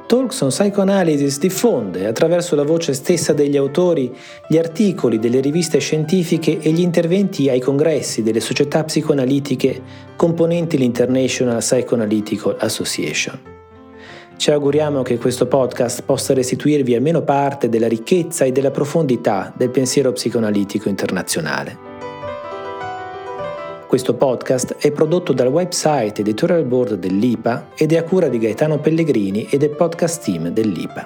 Talks on Psychoanalysis diffonde, attraverso la voce stessa degli autori, gli articoli delle riviste scientifiche e gli interventi ai congressi delle società psicoanalitiche componenti l'International Psychoanalytical Association. Ci auguriamo che questo podcast possa restituirvi almeno parte della ricchezza e della profondità del pensiero psicoanalitico internazionale. Questo podcast è prodotto dal website editorial board dell'IPA ed è a cura di Gaetano Pellegrini e del podcast team dell'IPA.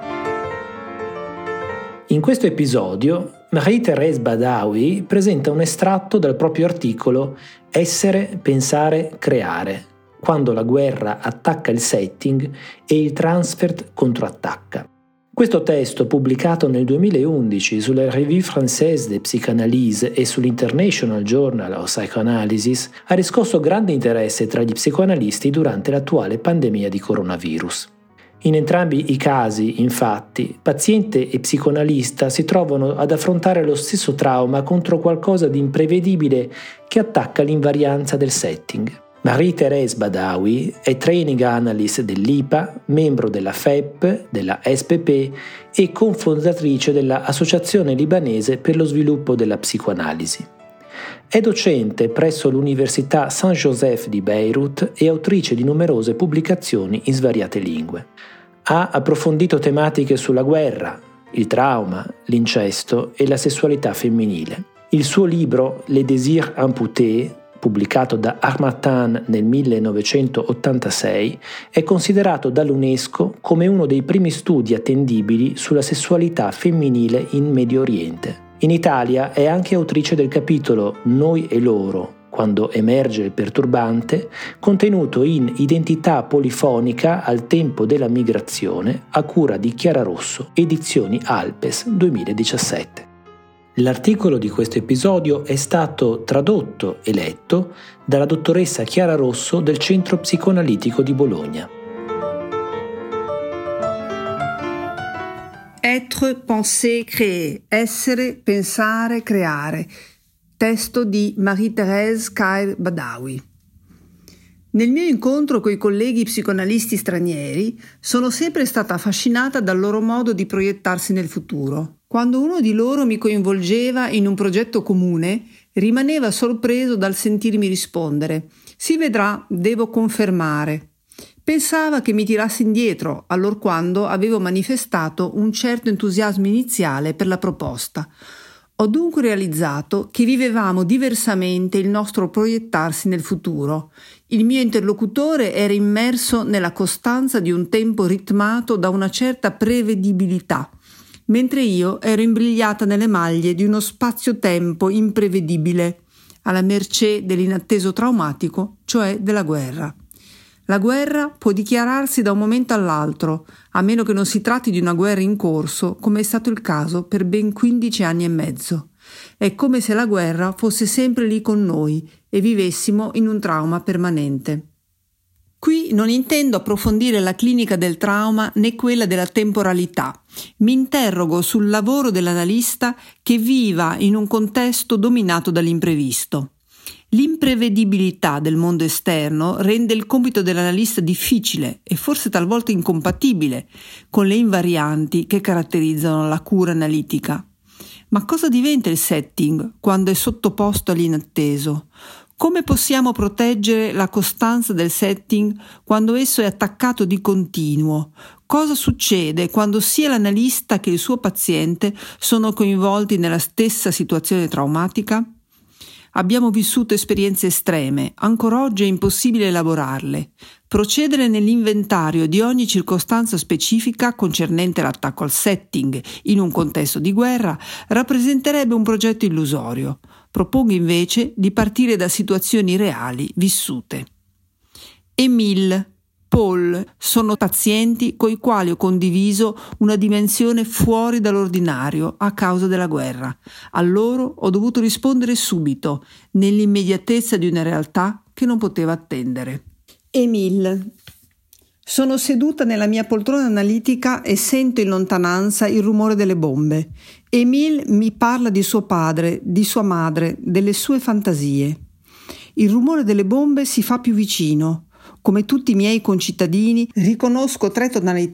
In questo episodio, Marie-Thérèse Badawi presenta un estratto dal proprio articolo Essere, pensare, creare, quando la guerra attacca il setting e il transfert controattacca. Questo testo, pubblicato nel 2011 sulla Revue Française de Psychanalyse e sull'International Journal of Psychoanalysis, ha riscosso grande interesse tra gli psicoanalisti durante l'attuale pandemia di coronavirus. In entrambi i casi, infatti, paziente e psicoanalista si trovano ad affrontare lo stesso trauma contro qualcosa di imprevedibile che attacca l'invarianza del setting. Marie-Thérèse Badawi è Training Analyst dell'IPA, membro della FEP, della SPP e cofondatrice dell'Associazione Libanese per lo Sviluppo della Psicoanalisi. È docente presso l'Università Saint-Joseph di Beirut e autrice di numerose pubblicazioni in svariate lingue. Ha approfondito tematiche sulla guerra, il trauma, l'incesto e la sessualità femminile. Il suo libro Les désirs amputés, pubblicato da Harmattan nel 1986, è considerato dall'UNESCO come uno dei primi studi attendibili sulla sessualità femminile in Medio Oriente. In Italia è anche autrice del capitolo Noi e loro, quando emerge il perturbante, contenuto in Identità polifonica al tempo della migrazione, a cura di Chiara Rosso, edizioni Alpes 2017. L'articolo di questo episodio è stato tradotto e letto dalla dottoressa Chiara Rosso del Centro Psicoanalitico di Bologna. Être, penser, créer. Essere, pensare, creare. Testo di Marie-Thérèse Kair Badawi. Nel mio incontro coi colleghi psicoanalisti stranieri sono sempre stata affascinata dal loro modo di proiettarsi nel futuro. Quando uno di loro mi coinvolgeva in un progetto comune, rimaneva sorpreso dal sentirmi rispondere: «Si vedrà, devo confermare». Pensava che mi tirassi indietro, allorquando avevo manifestato un certo entusiasmo iniziale per la proposta. Ho dunque realizzato che vivevamo diversamente il nostro proiettarsi nel futuro. Il mio interlocutore era immerso nella costanza di un tempo ritmato da una certa prevedibilità, mentre io ero imbrigliata nelle maglie di uno spazio-tempo imprevedibile, alla mercé dell'inatteso traumatico, cioè della guerra. La guerra può dichiararsi da un momento all'altro, a meno che non si tratti di una guerra in corso, come è stato il caso per ben 15 anni e mezzo. È come se la guerra fosse sempre lì con noi e vivessimo in un trauma permanente. Qui non intendo approfondire la clinica del trauma né quella della temporalità. Mi interrogo sul lavoro dell'analista che viva in un contesto dominato dall'imprevisto. L'imprevedibilità del mondo esterno rende il compito dell'analista difficile e forse talvolta incompatibile con le invarianti che caratterizzano la cura analitica. Ma cosa diventa il setting quando è sottoposto all'inatteso? Come possiamo proteggere la costanza del setting quando esso è attaccato di continuo? Cosa succede quando sia l'analista che il suo paziente sono coinvolti nella stessa situazione traumatica? Abbiamo vissuto esperienze estreme, ancora oggi è impossibile elaborarle. Procedere nell'inventario di ogni circostanza specifica concernente l'attacco al setting in un contesto di guerra rappresenterebbe un progetto illusorio. Propongo invece di partire da situazioni reali vissute. Émile, Paul sono pazienti coi quali ho condiviso una dimensione fuori dall'ordinario a causa della guerra. A loro ho dovuto rispondere subito, nell'immediatezza di una realtà che non poteva attendere. Émile. Sono seduta nella mia poltrona analitica e sento in lontananza il rumore delle bombe. Émile mi parla di suo padre, di sua madre, delle sue fantasie. Il rumore delle bombe si fa più vicino. Come tutti i miei concittadini, riconosco 3 tonalità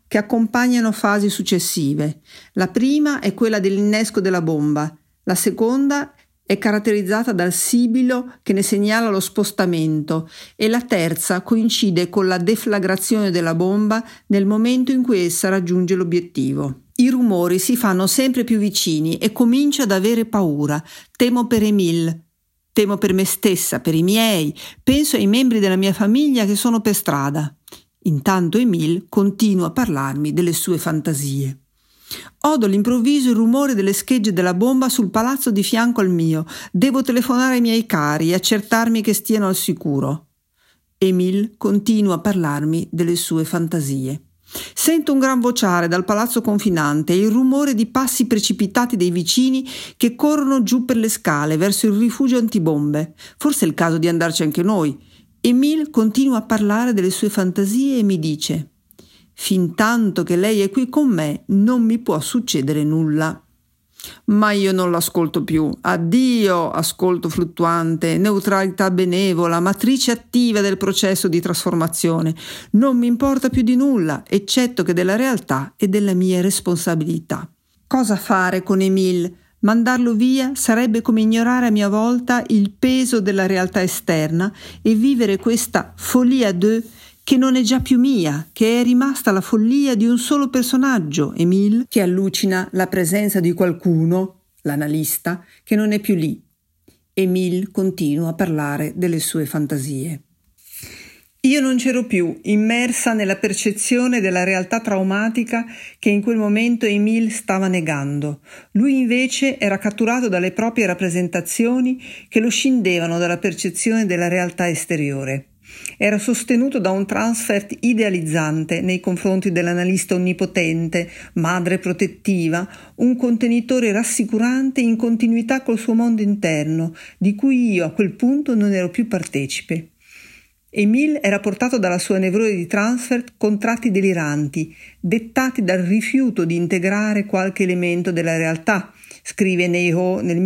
che accompagnano fasi successive. La prima è quella dell'innesco della bomba, la seconda è caratterizzata dal sibilo che ne segnala lo spostamento e la terza coincide con la deflagrazione della bomba nel momento in cui essa raggiunge l'obiettivo. I rumori si fanno sempre più vicini e comincio ad avere paura. Temo per Émile, temo per me stessa, per i miei, penso ai membri della mia famiglia che sono per strada. Intanto Émile continua a parlarmi delle sue fantasie. Odo all'improvviso il rumore delle schegge della bomba sul palazzo di fianco al mio. Devo telefonare ai miei cari e accertarmi che stiano al sicuro. Émile continua a parlarmi delle sue fantasie. Sento un gran vociare dal palazzo confinante e il rumore di passi precipitati dei vicini che corrono giù per le scale verso il rifugio antibombe. Forse è il caso di andarci anche noi. Émile continua a parlare delle sue fantasie e mi dice: «Fintanto che lei è qui con me non mi può succedere nulla». Ma io non l'ascolto più. Addio ascolto fluttuante, neutralità benevola, matrice attiva del processo di trasformazione. Non mi importa più di nulla, eccetto che della realtà e della mia responsabilità. Cosa fare con Émile? Mandarlo via sarebbe come ignorare a mia volta il peso della realtà esterna e vivere questa folie à deux che non è già più mia, che è rimasta la follia di un solo personaggio, Émile, che allucina la presenza di qualcuno, l'analista, che non è più lì. Émile continua a parlare delle sue fantasie. Io non c'ero più, immersa nella percezione della realtà traumatica che in quel momento Émile stava negando. Lui invece era catturato dalle proprie rappresentazioni che lo scindevano dalla percezione della realtà esteriore. Era sostenuto da un transfert idealizzante nei confronti dell'analista onnipotente, madre protettiva, un contenitore rassicurante in continuità col suo mondo interno, di cui io a quel punto non ero più partecipe. Émile era portato dalla sua nevrose di transfert con tratti deliranti, dettati dal rifiuto di integrare qualche elemento della realtà, scrive Neiho nel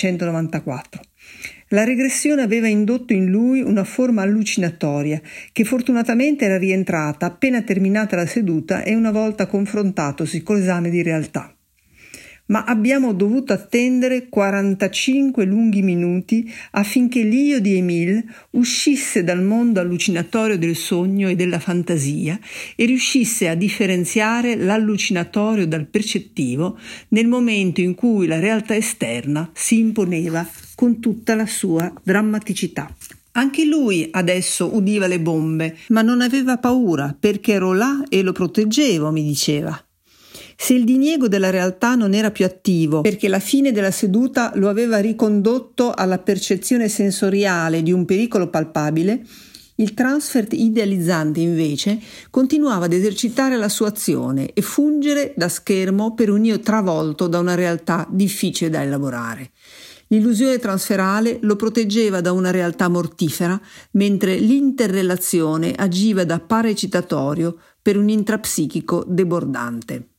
1994. La regressione aveva indotto in lui una forma allucinatoria che fortunatamente era rientrata appena terminata la seduta e una volta confrontatosi con l'esame di realtà. Ma abbiamo dovuto attendere 45 lunghi minuti affinché l'io di Émile uscisse dal mondo allucinatorio del sogno e della fantasia e riuscisse a differenziare l'allucinatorio dal percettivo nel momento in cui la realtà esterna si imponeva con tutta la sua drammaticità. Anche lui adesso udiva le bombe, ma non aveva paura perché ero là e lo proteggevo, mi diceva. Se il diniego della realtà non era più attivo, perché la fine della seduta lo aveva ricondotto alla percezione sensoriale di un pericolo palpabile, il transfert idealizzante invece continuava ad esercitare la sua azione e fungere da schermo per un io travolto da una realtà difficile da elaborare. L'illusione transferale lo proteggeva da una realtà mortifera, mentre l'interrelazione agiva da parecitatorio per un intrapsichico debordante.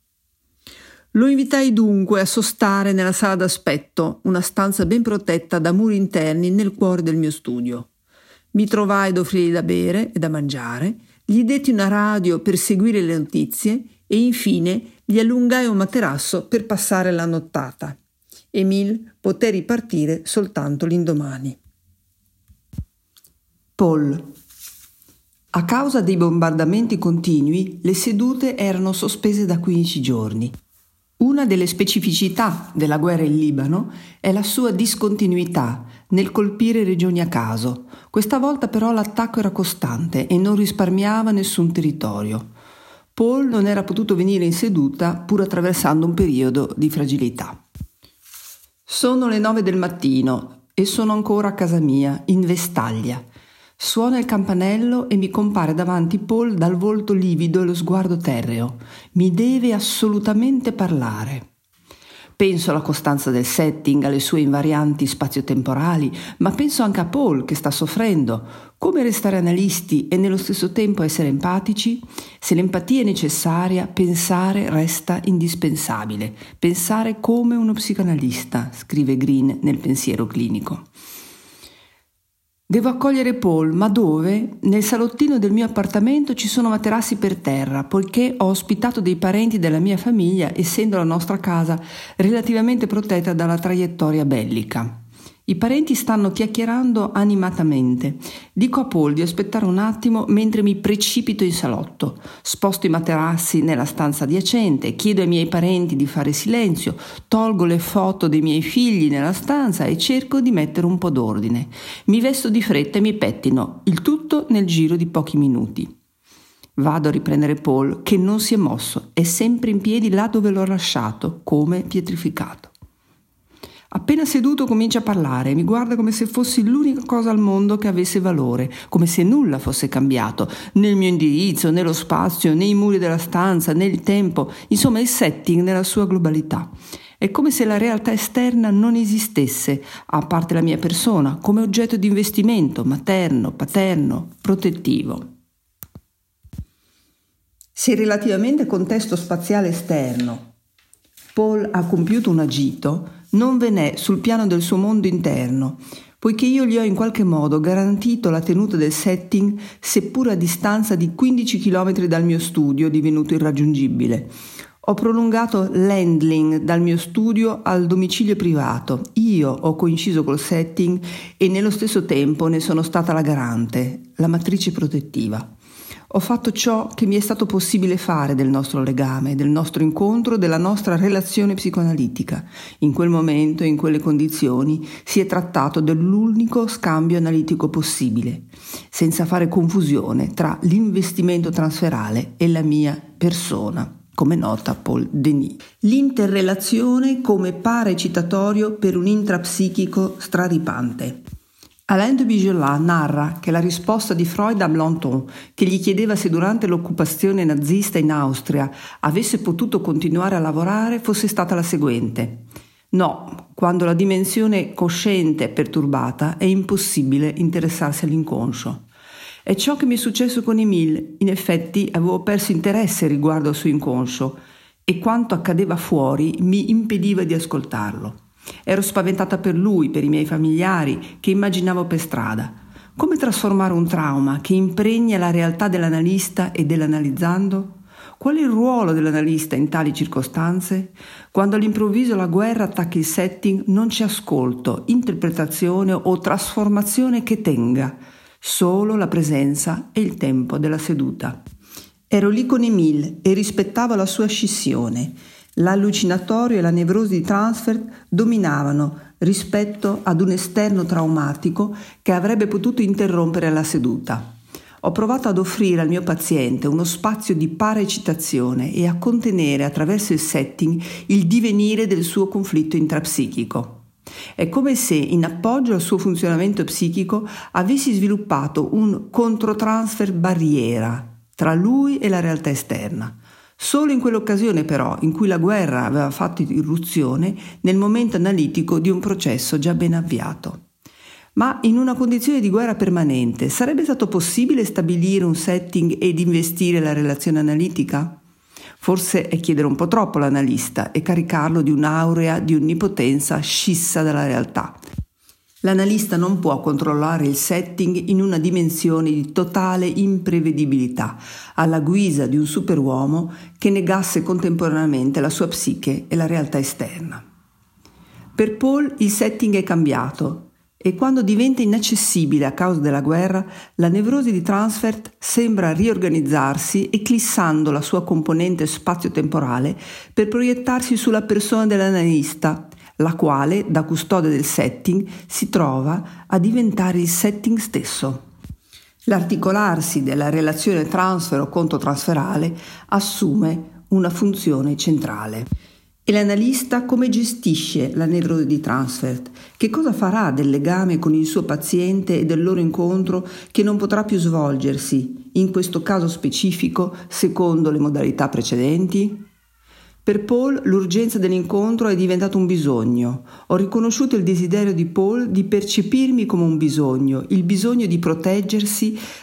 Lo invitai dunque a sostare nella sala d'aspetto, una stanza ben protetta da muri interni nel cuore del mio studio. Mi trovai ad offrirgli da bere e da mangiare, gli detti una radio per seguire le notizie e infine gli allungai un materasso per passare la nottata. Émile poté ripartire soltanto l'indomani. Paul. A causa dei bombardamenti continui, le sedute erano sospese da 15 giorni. Una delle specificità della guerra in Libano è la sua discontinuità nel colpire regioni a caso. Questa volta però l'attacco era costante e non risparmiava nessun territorio. Paul non era potuto venire in seduta pur attraversando un periodo di fragilità. Sono le 9 del mattino e sono ancora a casa mia, in Vestaglia. Suona il campanello e mi compare davanti Paul dal volto livido e lo sguardo terreo. Mi deve assolutamente parlare. Penso alla costanza del setting, alle sue invarianti spazio-temporali, ma penso anche a Paul che sta soffrendo. Come restare analisti e nello stesso tempo essere empatici? Se l'empatia è necessaria, pensare resta indispensabile. Pensare come uno psicanalista, scrive Green nel Pensiero clinico. Devo accogliere Paul, ma dove? Nel salottino del mio appartamento ci sono materassi per terra, poiché ho ospitato dei parenti della mia famiglia, essendo la nostra casa relativamente protetta dalla traiettoria bellica. I parenti stanno chiacchierando animatamente. Dico a Paul di aspettare un attimo mentre mi precipito in salotto. Sposto i materassi nella stanza adiacente, chiedo ai miei parenti di fare silenzio, tolgo le foto dei miei figli nella stanza e cerco di mettere un po' d'ordine. Mi vesto di fretta e mi pettino, il tutto nel giro di pochi minuti. Vado a riprendere Paul, che non si è mosso, è sempre in piedi là dove l'ho lasciato, come pietrificato. Appena seduto comincia a parlare, mi guarda come se fossi l'unica cosa al mondo che avesse valore, come se nulla fosse cambiato, né il mio indirizzo, né lo spazio, né i muri della stanza, né il tempo, insomma il setting nella sua globalità. È come se la realtà esterna non esistesse, a parte la mia persona, come oggetto di investimento, materno, paterno, protettivo. Se relativamente al contesto spaziale esterno Paul ha compiuto un agito, non ve n'è sul piano del suo mondo interno, poiché io gli ho in qualche modo garantito la tenuta del setting, seppur a distanza di 15 km dal mio studio divenuto irraggiungibile. Ho prolungato l'handling dal mio studio al domicilio privato. Io ho coinciso col setting e nello stesso tempo ne sono stata la garante, la matrice protettiva. Ho fatto ciò che mi è stato possibile fare del nostro legame, del nostro incontro, della nostra relazione psicoanalitica. In quel momento, in quelle condizioni, si è trattato dell'unico scambio analitico possibile, senza fare confusione tra l'investimento transferale e la mia persona, come nota Paul Denis. L'interrelazione come parecitatorio per un intrapsichico straripante. Alain de Bigelat narra che la risposta di Freud a Blanton, che gli chiedeva se durante l'occupazione nazista in Austria avesse potuto continuare a lavorare, fosse stata la seguente: no, quando la dimensione cosciente è perturbata è impossibile interessarsi all'inconscio. È ciò che mi è successo con Émile. In effetti avevo perso interesse riguardo al suo inconscio e quanto accadeva fuori mi impediva di ascoltarlo. Ero spaventata per lui, per i miei familiari, che immaginavo per strada. Come trasformare un trauma che impregna la realtà dell'analista e dell'analizzando? Qual è il ruolo dell'analista in tali circostanze? Quando all'improvviso la guerra attacca il setting, non c'è ascolto, interpretazione o trasformazione che tenga, solo la presenza e il tempo della seduta. Ero lì con Émile e rispettavo la sua scissione. L'allucinatorio e la nevrosi di Transfert dominavano rispetto ad un esterno traumatico che avrebbe potuto interrompere la seduta. Ho provato ad offrire al mio paziente uno spazio di parecitazione e a contenere attraverso il setting il divenire del suo conflitto intrapsichico. È come se, in appoggio al suo funzionamento psichico, avessi sviluppato un controtransfer barriera tra lui e la realtà esterna. Solo in quell'occasione però, in cui la guerra aveva fatto irruzione nel momento analitico di un processo già ben avviato. Ma in una condizione di guerra permanente sarebbe stato possibile stabilire un setting ed investire la relazione analitica? Forse è chiedere un po' troppo all'analista e caricarlo di un'aurea di onnipotenza scissa dalla realtà. L'analista non può controllare il setting in una dimensione di totale imprevedibilità, alla guisa di un superuomo che negasse contemporaneamente la sua psiche e la realtà esterna. Per Paul il setting è cambiato e quando diventa inaccessibile a causa della guerra, la nevrosi di Transfert sembra riorganizzarsi eclissando la sua componente spazio-temporale per proiettarsi sulla persona dell'analista, la quale, da custode del setting, si trova a diventare il setting stesso. L'articolarsi della relazione transfero-controtransferale assume una funzione centrale. E l'analista come gestisce la nevrosi di Transfert? Che cosa farà del legame con il suo paziente e del loro incontro che non potrà più svolgersi, in questo caso specifico, secondo le modalità precedenti? Per Paul l'urgenza dell'incontro è diventato un bisogno. Ho riconosciuto il desiderio di Paul di percepirmi come un bisogno, il bisogno di proteggersi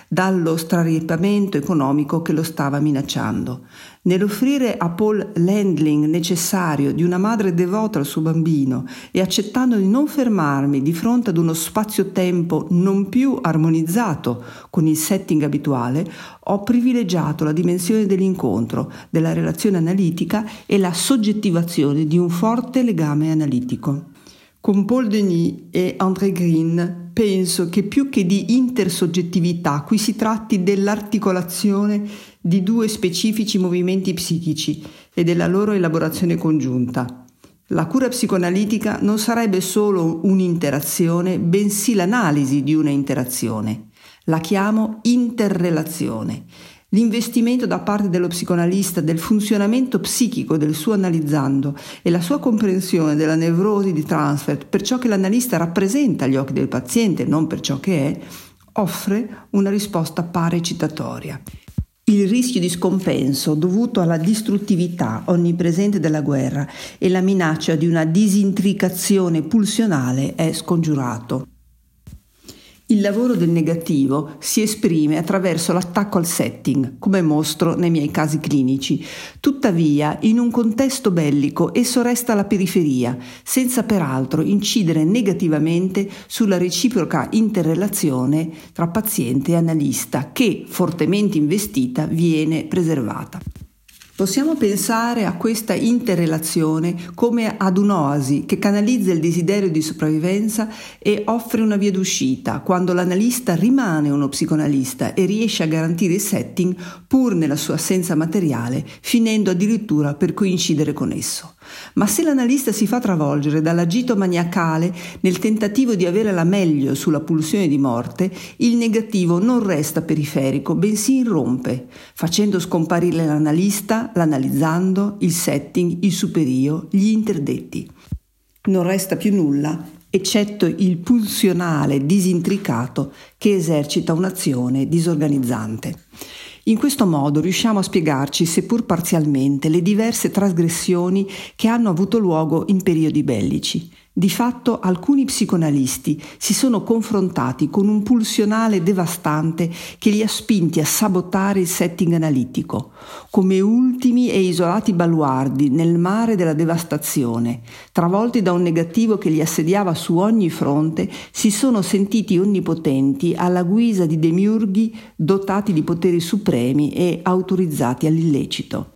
dallo straripamento economico che lo stava minacciando. Nell'offrire a Paul l'handling necessario di una madre devota al suo bambino e accettando di non fermarmi di fronte ad uno spazio-tempo non più armonizzato con il setting abituale, ho privilegiato la dimensione dell'incontro, della relazione analitica e la soggettivazione di un forte legame analitico. Con Paul Denis e André Green penso che più che di intersoggettività qui si tratti dell'articolazione di due specifici movimenti psichici e della loro elaborazione congiunta. La cura psicoanalitica non sarebbe solo un'interazione, bensì l'analisi di una interazione. La chiamo interrelazione. L'investimento da parte dello psicoanalista del funzionamento psichico del suo analizzando e la sua comprensione della nevrosi di Transfert per ciò che l'analista rappresenta agli occhi del paziente, non per ciò che è, offre una risposta parecitatoria. Il rischio di scompenso dovuto alla distruttività onnipresente della guerra e la minaccia di una disintricazione pulsionale è scongiurato. Il lavoro del negativo si esprime attraverso l'attacco al setting, come mostro nei miei casi clinici. Tuttavia, in un contesto bellico, esso resta alla periferia, senza peraltro incidere negativamente sulla reciproca interrelazione tra paziente e analista, che, fortemente investita, viene preservata. Possiamo pensare a questa interrelazione come ad un'oasi che canalizza il desiderio di sopravvivenza e offre una via d'uscita quando l'analista rimane uno psicoanalista e riesce a garantire il setting pur nella sua assenza materiale, finendo addirittura per coincidere con esso. Ma se l'analista si fa travolgere dall'agito maniacale nel tentativo di avere la meglio sulla pulsione di morte, il negativo non resta periferico, bensì irrompe, facendo scomparire l'analista, l'analizzando, il setting, il superio, gli interdetti. Non resta più nulla, eccetto il pulsionale disintricato che esercita un'azione disorganizzante. In questo modo riusciamo a spiegarci, seppur parzialmente, le diverse trasgressioni che hanno avuto luogo in periodi bellici. Di fatto alcuni psicoanalisti si sono confrontati con un pulsionale devastante che li ha spinti a sabotare il setting analitico, come ultimi e isolati baluardi nel mare della devastazione, travolti da un negativo che li assediava su ogni fronte, si sono sentiti onnipotenti alla guisa di demiurghi dotati di poteri supremi e autorizzati all'illecito.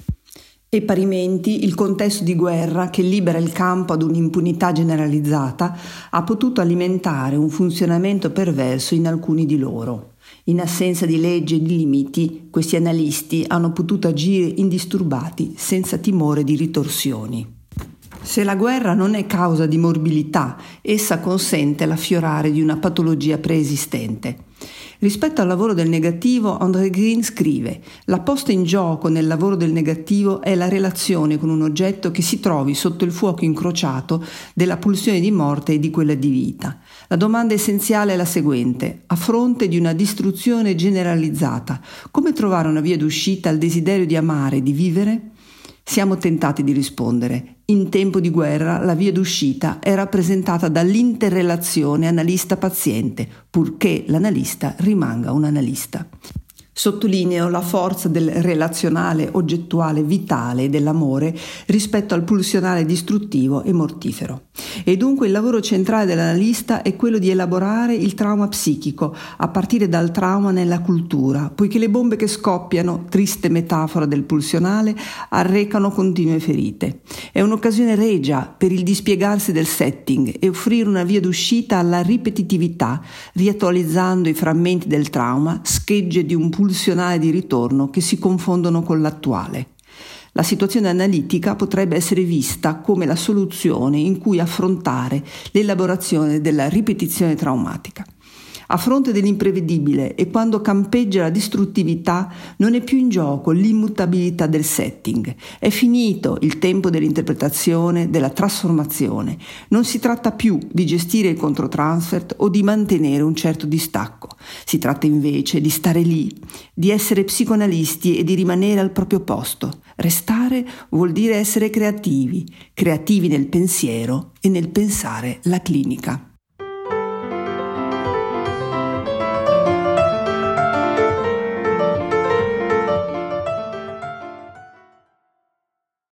E parimenti il contesto di guerra che libera il campo ad un'impunità generalizzata ha potuto alimentare un funzionamento perverso in alcuni di loro. In assenza di leggi e di limiti, questi analisti hanno potuto agire indisturbati senza timore di ritorsioni. Se la guerra non è causa di morbilità, essa consente l'affiorare di una patologia preesistente. Rispetto al lavoro del negativo, André Green scrive: la posta in gioco nel lavoro del negativo è la relazione con un oggetto che si trovi sotto il fuoco incrociato della pulsione di morte e di quella di vita. La domanda essenziale è la seguente: a fronte di una distruzione generalizzata, come trovare una via d'uscita al desiderio di amare e di vivere? Siamo tentati di rispondere. In tempo di guerra la via d'uscita è rappresentata dall'interrelazione analista-paziente, purché l'analista rimanga un analista. Sottolineo la forza del relazionale oggettuale vitale e dell'amore rispetto al pulsionale distruttivo e mortifero. E dunque il lavoro centrale dell'analista è quello di elaborare il trauma psichico, a partire dal trauma nella cultura, poiché le bombe che scoppiano, triste metafora del pulsionale, arrecano continue ferite. È un'occasione regia per il dispiegarsi del setting e offrire una via d'uscita alla ripetitività, riattualizzando i frammenti del trauma, schegge di un pulsionale di ritorno che si confondono con l'attuale. La situazione analitica potrebbe essere vista come la soluzione in cui affrontare l'elaborazione della ripetizione traumatica. A fronte dell'imprevedibile e quando campeggia la distruttività non è più in gioco l'immutabilità del setting. È finito il tempo dell'interpretazione, della trasformazione. Non si tratta più di gestire il controtransfert o di mantenere un certo distacco. Si tratta invece di stare lì, di essere psicoanalisti e di rimanere al proprio posto. Restare vuol dire essere creativi nel pensiero e nel pensare la clinica.